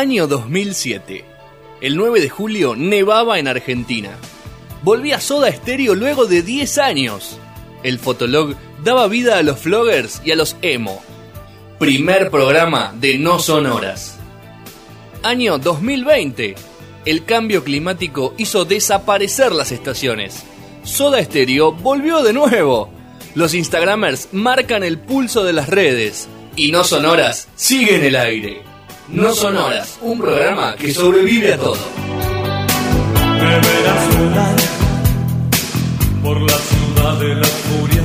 Año 2007. El 9 de julio nevaba en Argentina. Volvía Soda Stereo luego de 10 años. El Fotolog daba vida a los vloggers y a los emo. Primer programa de No Son Horas. Año 2020. El cambio climático hizo desaparecer las estaciones. Soda Stereo volvió de nuevo. Los Instagramers marcan el pulso de las redes. Y No Son Horas sigue en el aire. No Son Horas, un programa que sobrevive a todo. Me verás volar por la ciudad de la furia,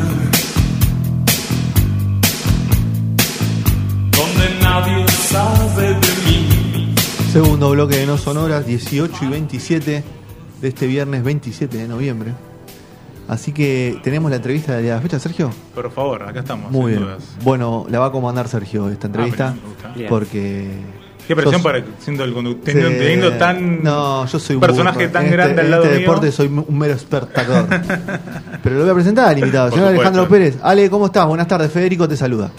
donde nadie sabe de mí. Segundo bloque de No Son Horas, 18 y 27 de este viernes 27 de noviembre. Así que tenemos la entrevista de la fecha, Sergio. Por favor, acá estamos. Muy bien. Dudas. Bueno, la va a comandar Sergio esta entrevista. Bien. Porque... Qué presión para siendo el conductor, teniendo tan... No, yo soy un personaje burro. tan grande al lado mío. En mío. este deporte soy un mero espectador. Pero lo voy a presentar al invitado, Por señor supuesto. Alejandro Pérez. Ale, ¿cómo estás? Buenas tardes, Federico te saluda.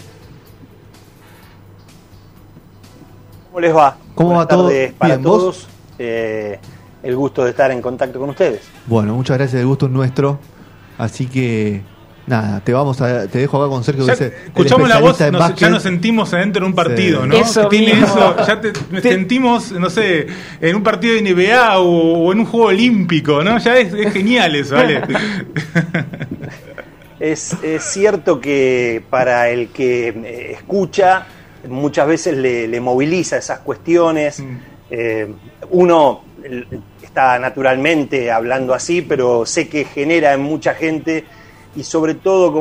¿Cómo les va? ¿Cómo Buenas va todo? tardes para Bien, ¿vos? todos. El gusto de estar en contacto con ustedes. Bueno, muchas gracias, el gusto es nuestro. Así que, nada, te dejo acá con Sergio. Ya que es el escuchamos la voz, especialista en básquet. ya nos sentimos adentro de un partido, Sí. ¿no? Eso Tiene mismo. eso, ya sentimos, no sé, en un partido de NBA o en un juego olímpico, ¿no? Ya es genial eso, ¿vale? Es cierto que para el que escucha, muchas veces le moviliza esas cuestiones. Uno está naturalmente hablando así, pero sé que genera en mucha gente, y sobre todo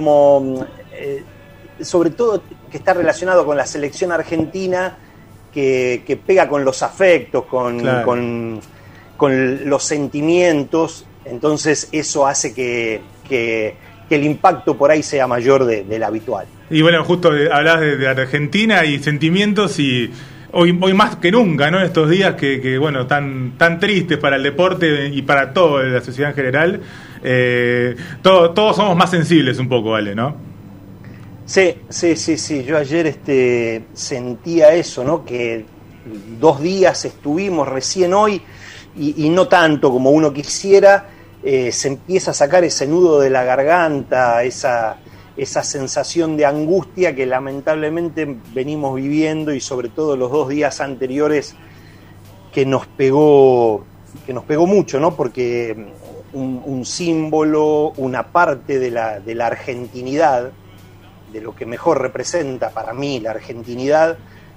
que está relacionado con la selección argentina, que pega con los afectos, Claro. con los sentimientos. Entonces eso hace que el impacto por ahí sea mayor del habitual. Y bueno, justo hablabas de Argentina y sentimientos, y hoy más que nunca, ¿no? En estos días que bueno, tan tristes para el deporte y para toda la sociedad en general, todos somos más sensibles un poco, ¿vale? ¿No? Sí. Yo ayer sentía eso, ¿no? Que 2 días estuvimos, recién hoy, y no tanto como uno quisiera, se empieza a sacar ese nudo de la garganta, esa sensación de angustia que lamentablemente venimos viviendo, y sobre todo los 2 días anteriores que nos pegó mucho, ¿no? Porque un símbolo, una parte de la argentinidad, de lo que mejor representa para mí la argentinidad,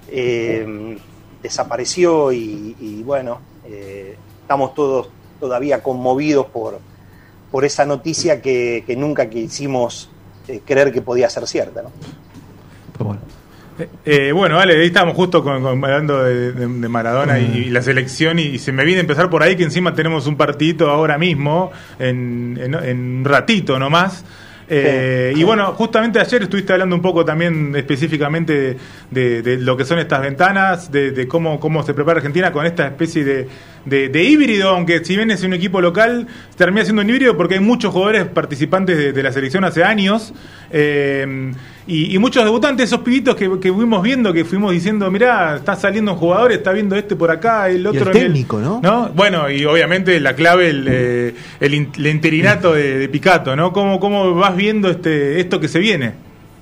desapareció, y bueno, estamos todos todavía conmovidos por esa noticia que nunca quisimos creer que podía ser cierta, ¿no? Pero bueno. Bueno, vale, ahí estábamos justo hablando de Maradona y la selección, y se me viene a empezar por ahí que encima tenemos un partidito ahora mismo, en un ratito nomás. Y bueno, justamente ayer estuviste hablando un poco también específicamente de lo que son estas ventanas, de cómo se prepara Argentina con esta especie de híbrido, aunque si bien es un equipo local, termina siendo un híbrido porque hay muchos jugadores participantes de la selección hace años, y muchos debutantes, esos pibitos que fuimos viendo, que fuimos diciendo, mirá, está saliendo un jugador, está viendo por acá, el otro... Y el técnico, ¿no? Bueno, y obviamente la clave, el interinato de Picato, ¿no? ¿Cómo vas viendo esto que se viene?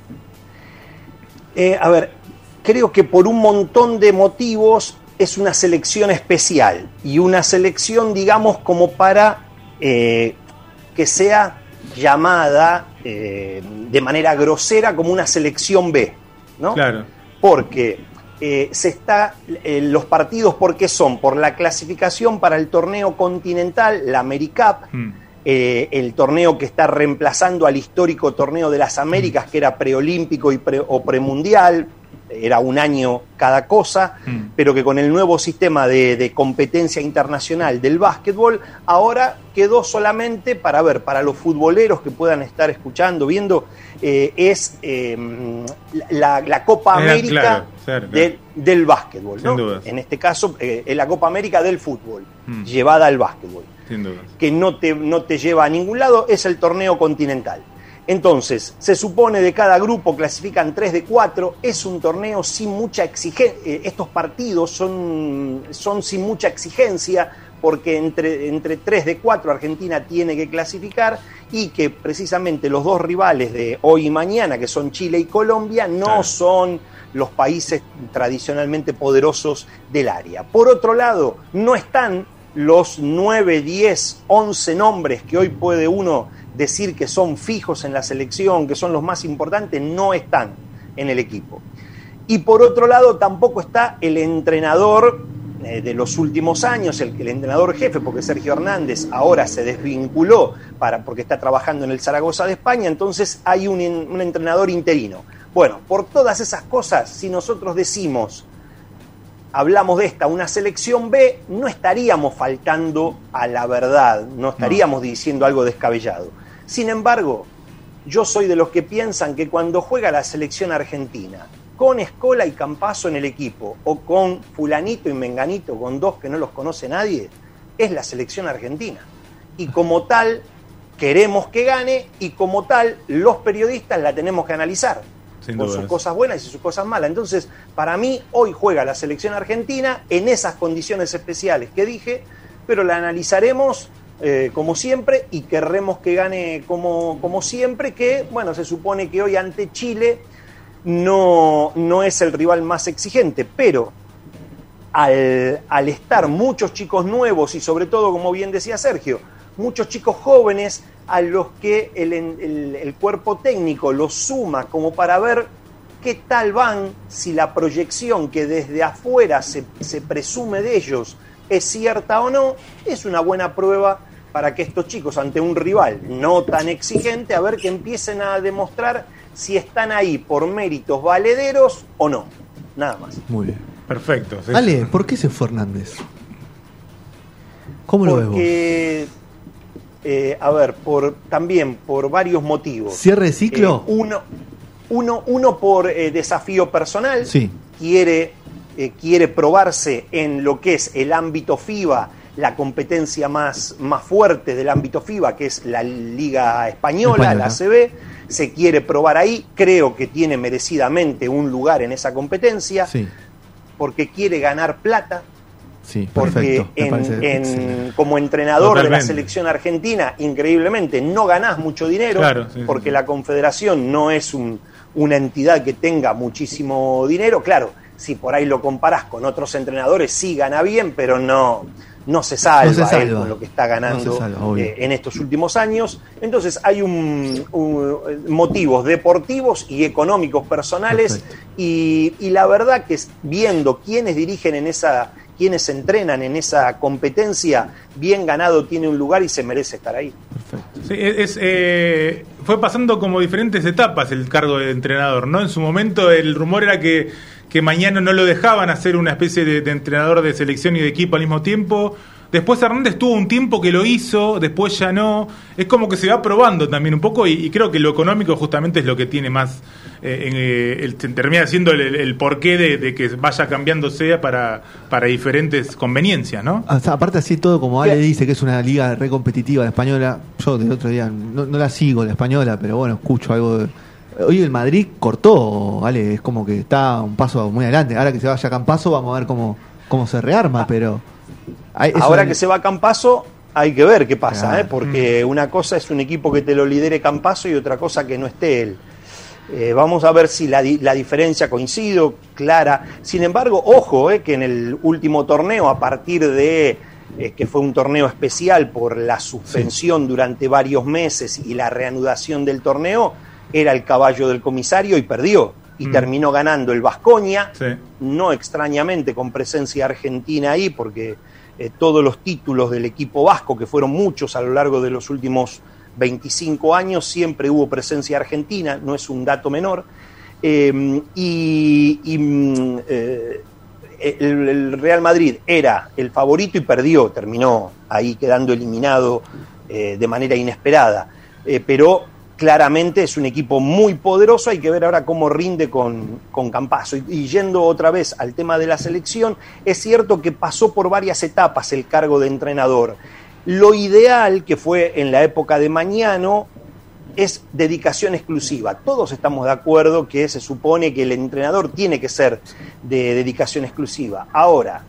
A ver, creo que por un montón de motivos es una selección especial, y una selección, digamos, como para que sea llamada de manera grosera como una selección B, ¿no? Claro. Porque los partidos, ¿por qué son? Por la clasificación para el torneo continental, la AmeriCup, el torneo que está reemplazando al histórico torneo de las Américas, que era preolímpico o premundial, era un año cada cosa, pero que con el nuevo sistema de competencia internacional del básquetbol, ahora quedó solamente para los futboleros que puedan estar escuchando, viendo, es la Copa América, claro. del básquetbol, ¿no? Sin dudas. En este caso, es la Copa América del fútbol, llevada al básquetbol. Sin duda. Que no te lleva a ningún lado, es el torneo continental. Entonces, se supone de cada grupo clasifican 3 de 4, es un torneo sin mucha exigencia, estos partidos son sin mucha exigencia, porque entre 3 de 4 Argentina tiene que clasificar, y que precisamente los dos rivales de hoy y mañana, que son Chile y Colombia, no son los países tradicionalmente poderosos del área. Por otro lado, no están los 9, 10, 11 nombres que hoy puede uno decir que son fijos en la selección, que son los más importantes, no están en el equipo. Y por otro lado, tampoco está el entrenador de los últimos años, el entrenador jefe, porque Sergio Hernández ahora se desvinculó porque está trabajando en el Zaragoza de España, entonces hay un entrenador interino. Bueno, por todas esas cosas, si nosotros hablamos de una selección B, no estaríamos faltando a la verdad, no estaríamos diciendo algo descabellado. Sin embargo, yo soy de los que piensan que cuando juega la selección argentina, con Scola y Campazzo en el equipo, o con fulanito y menganito, con dos que no los conoce nadie, es la selección argentina. Y como tal, queremos que gane, y como tal, los periodistas la tenemos que analizar. Con sus cosas buenas y sus cosas malas. Entonces, para mí, hoy juega la selección argentina en esas condiciones especiales que dije, pero la analizaremos como siempre, y querremos que gane como siempre, que, bueno, se supone que hoy ante Chile no es el rival más exigente, pero al estar muchos chicos nuevos y sobre todo, como bien decía Sergio, muchos chicos jóvenes a los que el cuerpo técnico los suma como para ver qué tal van, si la proyección que desde afuera se presume de ellos es cierta o no, es una buena prueba para que estos chicos ante un rival no tan exigente, a ver que empiecen a demostrar si están ahí por méritos valederos o no. Nada más. Muy bien. Perfecto. Sí. Ale, ¿por qué se fue Hernández? ¿Cómo lo ves vos? También por varios motivos. ¿Cierre de ciclo? Uno por desafío personal. Sí. Quiere probarse en lo que es el ámbito FIBA, la competencia más fuerte del ámbito FIBA, que es la Liga Española, la ACB. Se quiere probar ahí. Creo que tiene merecidamente un lugar en esa competencia. Sí. Porque quiere ganar plata. Sí, porque como entrenador de la selección argentina, increíblemente, no ganás mucho dinero, porque la Confederación no es una entidad que tenga muchísimo dinero. Claro, si por ahí lo comparás con otros entrenadores, sí gana bien, pero no se salva él con lo que está ganando en estos últimos años. Entonces hay motivos deportivos y económicos personales, y la verdad que viendo quiénes dirigen quienes entrenan en esa competencia, bien ganado tiene un lugar y se merece estar ahí. Perfecto. Sí, fue pasando como diferentes etapas el cargo de entrenador, ¿no? En su momento el rumor era que mañana no lo dejaban hacer una especie de entrenador de selección y de equipo al mismo tiempo. Después Hernández tuvo un tiempo que lo hizo, después ya no. Es como que se va probando también un poco, y creo que lo económico justamente es lo que tiene más, termina siendo el porqué de que vaya cambiándose para diferentes conveniencias, ¿no? O sea, aparte así todo, como Ale dice, que es una liga re competitiva la española. Yo del otro día no la sigo la española, pero bueno, escucho algo de... Hoy el Madrid cortó, ¿vale? Es como que está un paso muy adelante. Ahora que se vaya a Campazzo, vamos a ver cómo se rearma, pero... Ahora que se va a Campazzo, hay que ver qué pasa, porque una cosa es un equipo que te lo lidere Campazzo y otra cosa que no esté él. Vamos a ver si la diferencia coincide, clara. Sin embargo, ojo, que en el último torneo, a partir de... que fue un torneo especial por la suspensión durante varios meses y la reanudación del torneo, era el caballo del comisario y perdió. Y terminó ganando el Baskonia, no extrañamente con presencia argentina ahí, porque todos los títulos del equipo vasco, que fueron muchos a lo largo de los últimos 25 años, siempre hubo presencia argentina, no es un dato menor. El Real Madrid era el favorito y perdió, terminó ahí quedando eliminado de manera inesperada. Pero claramente es un equipo muy poderoso, hay que ver ahora cómo rinde con Campazzo. Y yendo otra vez al tema de la selección, es cierto que pasó por varias etapas el cargo de entrenador. Lo ideal, que fue en la época de Magnano, es dedicación exclusiva. Todos estamos de acuerdo que se supone que el entrenador tiene que ser de dedicación exclusiva. Ahora,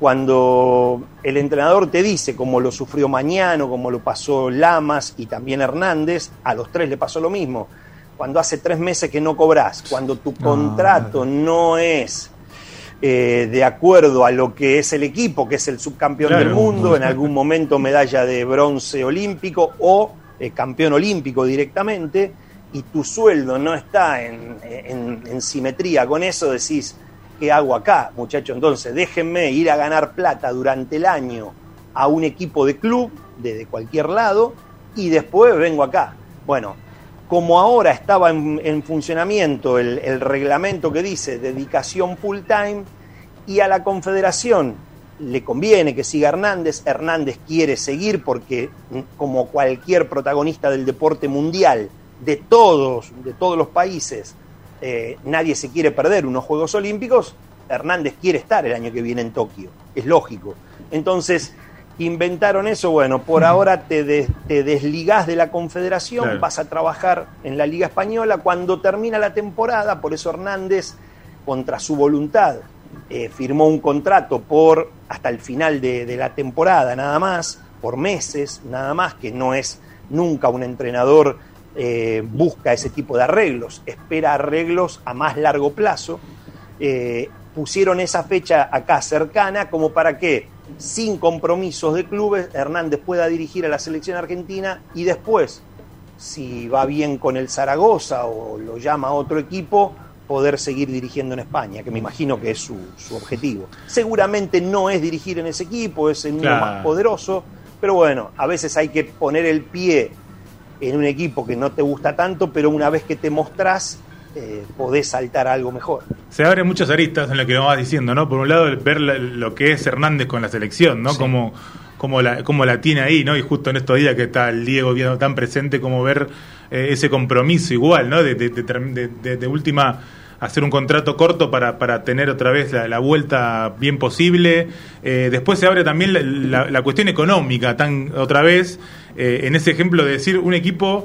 cuando el entrenador te dice, como lo sufrió Mañano, como lo pasó Lamas y también Hernández, a los tres le pasó lo mismo. Cuando hace 3 meses que no cobrás, cuando tu contrato no es de acuerdo a lo que es el equipo, que es el subcampeón del mundo, en algún momento medalla de bronce olímpico o campeón olímpico directamente, y tu sueldo no está en simetría con eso, decís, ¿qué hago acá, muchacho? Entonces déjenme ir a ganar plata durante el año a un equipo de club, de cualquier lado, y después vengo acá. Bueno, como ahora estaba en funcionamiento el reglamento que dice dedicación full time, y a la Confederación le conviene que siga Hernández quiere seguir porque, como cualquier protagonista del deporte mundial, de todos los países, nadie se quiere perder unos Juegos Olímpicos. Hernández quiere estar el año que viene en Tokio, es lógico. Entonces inventaron eso, bueno, por ahora te desligás de la Confederación, claro, vas a trabajar en la Liga Española. Cuando termina la temporada, por eso Hernández, contra su voluntad, firmó un contrato por hasta el final de la temporada nada más, por meses nada más, que no es nunca un entrenador busca ese tipo de arreglos, espera arreglos a más largo plazo. Pusieron esa fecha acá cercana como para que, sin compromisos de clubes, Hernández pueda dirigir a la selección argentina y después, si va bien con el Zaragoza o lo llama a otro equipo, poder seguir dirigiendo en España, que me imagino que es su objetivo. Seguramente no es dirigir en ese equipo, es en uno más poderoso, pero bueno, a veces hay que poner el pie en un equipo que no te gusta tanto, pero una vez que te mostrás, podés saltar a algo mejor. Se abren muchas aristas en lo que vas diciendo, ¿no? Por un lado, ver lo que es Hernández con la selección, ¿no? Sí. Cómo la tiene ahí, ¿no? Y justo en estos días que está el Diego viendo tan presente, como ver ese compromiso igual, ¿no? De última, hacer un contrato corto para tener otra vez la vuelta bien posible. Después se abre también la cuestión económica, otra vez, en ese ejemplo de decir un equipo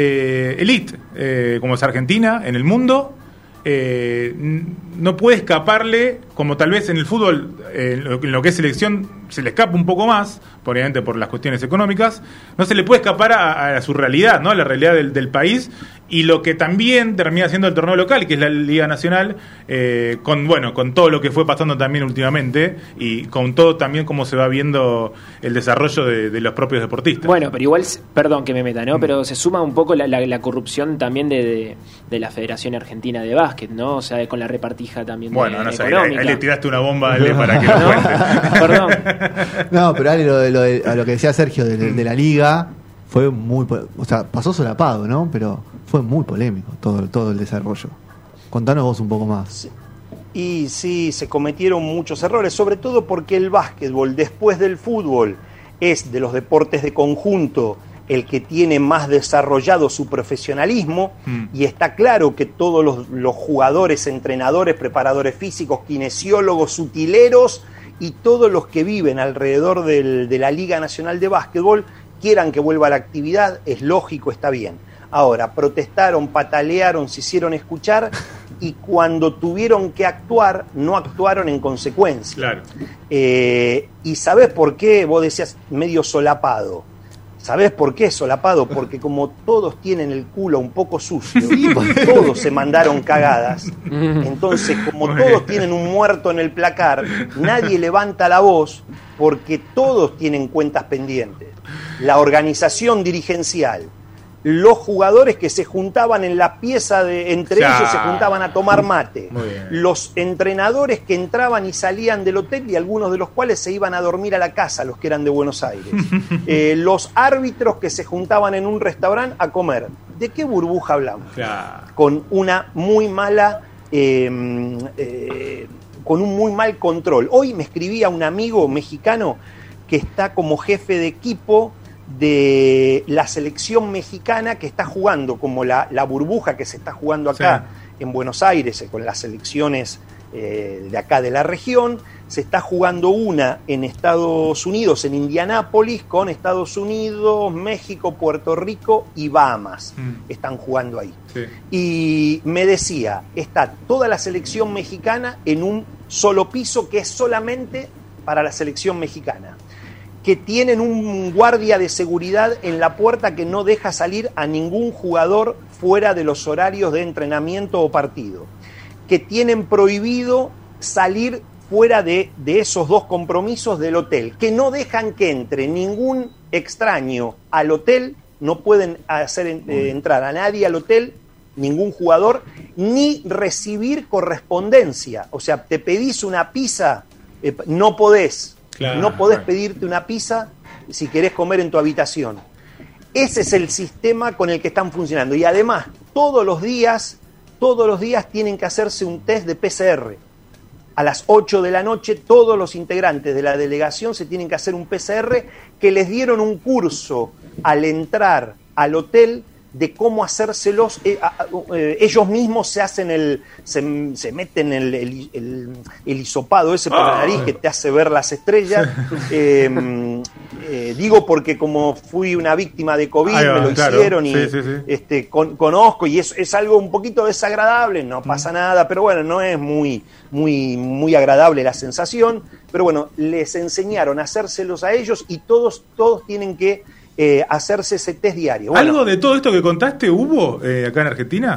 elite, como es Argentina, en el mundo, no puede escaparle, como tal vez en el fútbol, en lo que es selección, se le escapa un poco más, obviamente por las cuestiones económicas, no se le puede escapar a su realidad, ¿no? A la realidad del país, y lo que también termina siendo el torneo local, que es la Liga Nacional, con todo lo que fue pasando también últimamente, y con todo también cómo se va viendo el desarrollo de los propios deportistas. Bueno, pero igual, perdón que me meta, ¿no? Pero se suma un poco la corrupción también de la Federación Argentina de Básquet, ¿no? O sea, con la repartija también. Bueno, no sé, ahí le tiraste una bomba a Ale para que lo cuente. Perdón. No, pero Ale, a lo que decía Sergio de la Liga, fue muy, o sea, pasó solapado, ¿no? Pero fue muy polémico todo el desarrollo. Contanos vos un poco más. Sí. Y sí, se cometieron muchos errores, sobre todo porque el básquetbol, después del fútbol, es de los deportes de conjunto el que tiene más desarrollado su profesionalismo, y está claro que todos los jugadores, entrenadores, preparadores físicos, kinesiólogos, utileros y todos los que viven alrededor de la Liga Nacional de Básquetbol quieran que vuelva a la actividad, es lógico, está bien. Ahora, protestaron, patalearon, se hicieron escuchar, y cuando tuvieron que actuar, no actuaron en consecuencia. Claro. ¿Y sabés por qué? Vos decías medio solapado. ¿Sabés por qué solapado? Porque como todos tienen el culo un poco sucio, todos se mandaron cagadas, entonces como todos tienen un muerto en el placar, nadie levanta la voz porque todos tienen cuentas pendientes. La organización dirigencial, los jugadores que se juntaban en la pieza entre ellos se juntaban a tomar mate, los entrenadores que entraban y salían del hotel y algunos de los cuales se iban a dormir a la casa, los que eran de Buenos Aires, los árbitros que se juntaban en un restaurante a comer. ¿De qué burbuja hablamos? Con una muy mala con un muy mal control. Hoy me escribía un amigo mexicano que está como jefe de equipo de la selección mexicana que está jugando, como la burbuja que se está jugando acá en Buenos Aires, con las selecciones de acá de la región, se está jugando una en Estados Unidos, en Indianápolis, con Estados Unidos, México, Puerto Rico y Bahamas. Están jugando ahí. Sí. Y me decía, está toda la selección mexicana en un solo piso que es solamente para la selección mexicana, que tienen un guardia de seguridad en la puerta que no deja salir a ningún jugador fuera de los horarios de entrenamiento o partido, que tienen prohibido salir fuera de esos 2 compromisos del hotel, que no dejan que entre ningún extraño al hotel, no pueden hacer entrar a nadie al hotel, ningún jugador, ni recibir correspondencia. O sea, te pedís una pizza, no podés. Claro, no podés pedirte una pizza si querés comer en tu habitación. Ese es el sistema con el que están funcionando. Y además, todos los días tienen que hacerse un test de PCR. A las 8 de la noche, todos los integrantes de la delegación se tienen que hacer un PCR, que les dieron un curso al entrar al hotel de cómo hacérselos. Ellos mismos se hacen se meten el hisopado ese por la nariz que te hace ver las estrellas. Digo porque como fui una víctima de COVID, me lo hicieron y conozco, y es algo un poquito desagradable, no pasa nada, pero bueno, no es muy agradable la sensación, pero bueno, les enseñaron a hacérselos a ellos y todos tienen que hacerse ese test diario. Bueno, ¿algo de todo esto que contaste hubo acá en Argentina?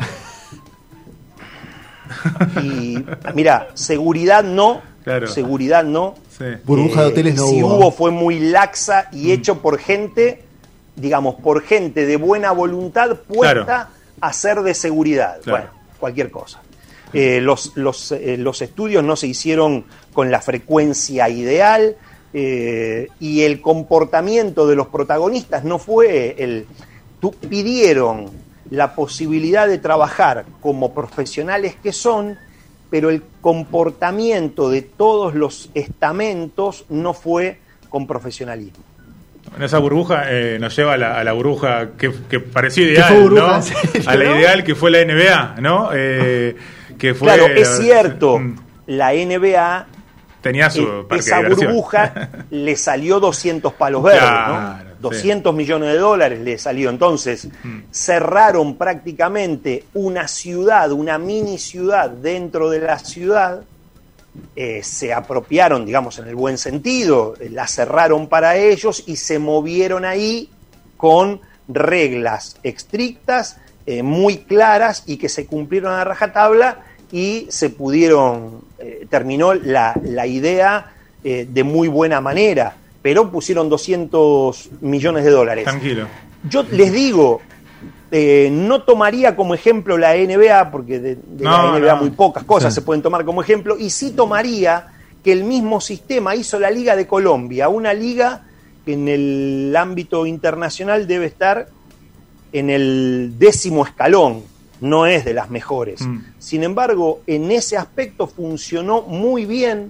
Y mira, seguridad no. Claro. Seguridad no. Sí. Burbuja de hoteles no si hubo. hubo fue muy laxa y hecho por gente, digamos, por gente de buena voluntad puesta a ser de seguridad. Claro. Bueno, cualquier cosa. Los estudios no se hicieron con la frecuencia ideal y el comportamiento de los protagonistas no fue pidieron la posibilidad de trabajar como profesionales que son, pero el comportamiento de todos los estamentos no fue con profesionalismo. En esa burbuja nos lleva a la burbuja que pareció ideal, burbuja, ¿no? ¿en serio? A la ideal que fue la NBA, ¿no? Que fue, claro, es cierto, la NBA tenía su parque esa de diversión. burbuja le salió 200 palos verdes, Claro, ¿no? 200 millones de dólares le salió. Entonces, cerraron prácticamente una ciudad, una mini ciudad dentro de la ciudad. Se apropiaron, digamos, en el buen sentido, la cerraron para ellos y se movieron ahí con reglas estrictas, muy claras y que se cumplieron a rajatabla y se pudieron, terminó la idea de muy buena manera, pero pusieron 200 millones de dólares. Tranquilo. Yo les digo, no tomaría como ejemplo la NBA, porque de la NBA muy pocas cosas se pueden tomar como ejemplo, y sí tomaría que el mismo sistema hizo la Liga de Colombia, una liga que en el ámbito internacional debe estar en el 10º escalón, no es de las mejores. Sin embargo, en ese aspecto funcionó muy bien,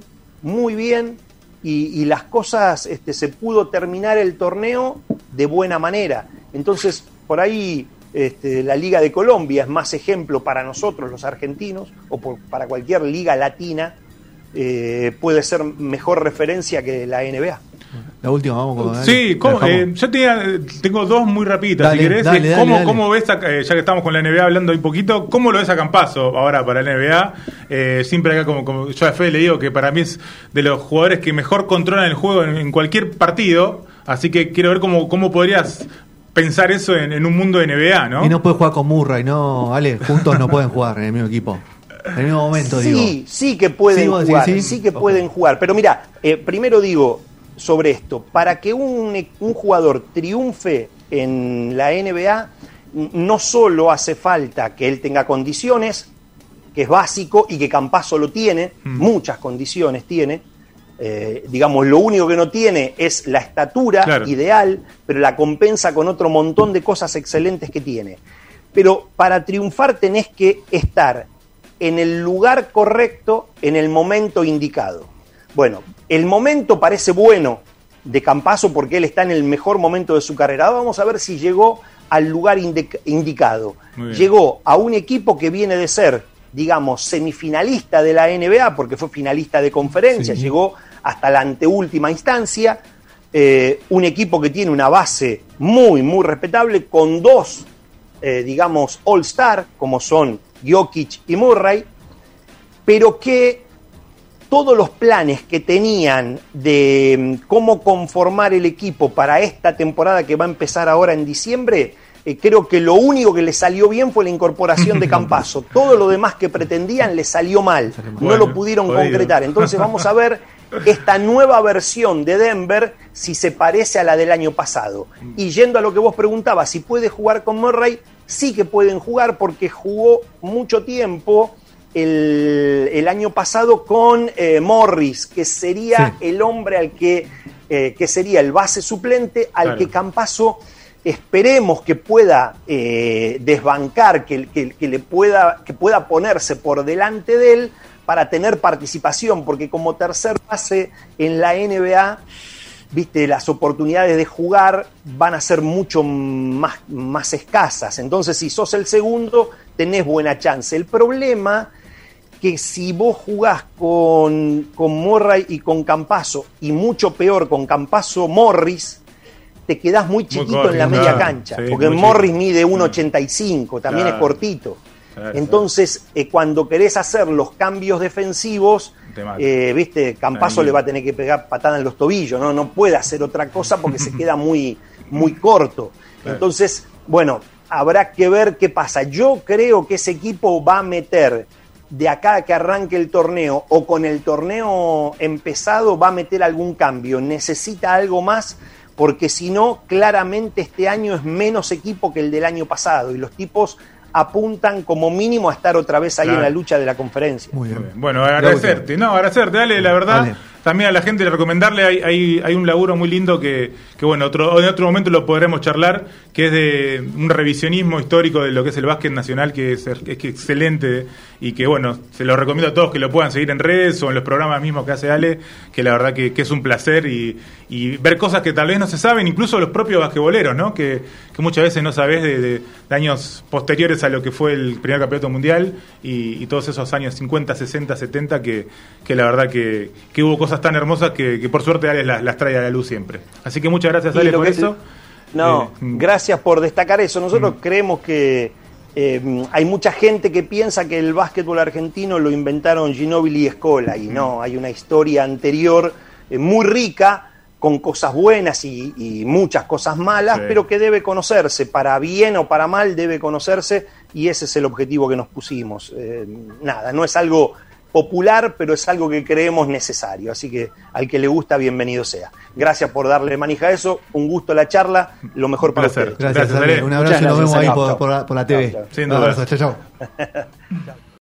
y las cosas, se pudo terminar el torneo de buena manera. Entonces, por ahí la Liga de Colombia es más ejemplo para nosotros los argentinos, o para cualquier liga latina, puede ser mejor referencia que la NBA. La última, vamos con... Sí, yo tengo dos muy rapiditas, dale, si querés. Dale. ¿Cómo ves, ya que estamos con la NBA hablando un poquito, cómo lo ves a Campazzo ahora para la NBA? Siempre acá, como yo a Fede le digo, que para mí es de los jugadores que mejor controlan el juego en cualquier partido, así que quiero ver cómo podrías pensar eso en un mundo de NBA, ¿no? Y no puede jugar con Murray, ¿no? Ale, juntos no pueden jugar en el mismo equipo. En el mismo momento, digo. Sí que pueden jugar, sí que pueden jugar. Pero mira, primero digo sobre esto, para que un jugador triunfe en la NBA, no solo hace falta que él tenga condiciones, que es básico y que Campazzo lo tiene, muchas condiciones tiene, digamos, lo único que no tiene es la estatura ideal, pero la compensa con otro montón de cosas excelentes que tiene. Pero para triunfar tenés que estar en el lugar correcto, en el momento indicado. Bueno, el momento parece bueno de Campazzo porque él está en el mejor momento de su carrera. Ahora vamos a ver si llegó al lugar indicado. Llegó a un equipo que viene de ser digamos, semifinalista de la NBA, porque fue finalista de conferencia, Sí. llegó hasta la anteúltima instancia. Un equipo que tiene una base muy, muy respetable, con dos, digamos, All-Star, como son Jokic y Murray, pero que todos los planes que tenían de cómo conformar el equipo para esta temporada que va a empezar ahora en diciembre, creo que lo único que le salió bien fue la incorporación de Campazzo. Todo lo demás que pretendían le salió mal. No Bueno, lo pudieron jodido. concretar. Entonces vamos a ver esta nueva versión de Denver si se parece a la del año pasado. Y yendo a lo que vos preguntabas, si puede jugar con Murray, sí que pueden jugar porque jugó mucho tiempo el año pasado con Morris, que sería Sí. el hombre al que sería el base suplente, al Claro. que Campazzo esperemos que pueda desbancar, que pueda ponerse por delante de él para tener participación, porque como tercer base en la NBA, viste, las oportunidades de jugar van a ser mucho más escasas. Entonces, si sos el segundo, tenés buena chance. El problema que si vos jugás con Murray y con Campazzo, y mucho peor con Campazzo-Morris, te quedás muy chiquito corto, en la media claro, cancha, sí, porque muy Morris chico. mide 1,85, también Claro. es cortito. Claro, Entonces, cuando querés hacer los cambios defensivos, Te mata. viste, Campazzo Ahí. le va a tener que pegar patada en los tobillos, no puede hacer otra cosa porque se queda muy corto. Claro. Entonces, bueno, habrá que ver qué pasa. Yo creo que ese equipo va a meter, de acá a que arranque el torneo o con el torneo empezado, va a meter algún cambio. Necesita algo más, porque si no, claramente este año es menos equipo que el del año pasado y los tipos apuntan como mínimo a estar otra vez ahí Claro. en la lucha de la conferencia. Muy Muy bien. bien. Bueno, agradecerte. No, agradecerte, Ale, la verdad. Ale. También a la gente recomendarle, hay un laburo muy lindo que bueno, en otro momento lo podremos charlar, que es de un revisionismo histórico de lo que es el básquet nacional, que es excelente y que bueno, se lo recomiendo a todos que lo puedan seguir en redes o en los programas mismos que hace Ale, que la verdad que es un placer y ver cosas que tal vez no se saben, incluso los propios basquetboleros, ¿no? Que muchas veces no sabés de años posteriores a lo que fue el primer campeonato mundial y todos esos años 50, 60, 70 que la verdad que hubo cosas tan hermosas que por suerte Ale las trae a la luz siempre. Así que muchas gracias, Y Ale, lo por que- eso. No, gracias por destacar eso. Nosotros creemos que hay mucha gente que piensa que el básquetbol argentino lo inventaron Ginóbili y Scola, y no, hay una historia anterior muy rica, con cosas buenas y muchas cosas malas, Sí. pero que debe conocerse, para bien o para mal debe conocerse, y ese es el objetivo que nos pusimos. Nada, no es algo popular, pero es algo que creemos necesario, así que al que le gusta, bienvenido sea. Gracias por darle manija a eso, un gusto la charla, lo mejor para placer. ustedes. Gracias, Gracias, Ale. Ale. Un abrazo y Muchas nos vemos gracias, ahí Ale. por la TV. Chao, chao. Sin Un duda. abrazo, chao, chao.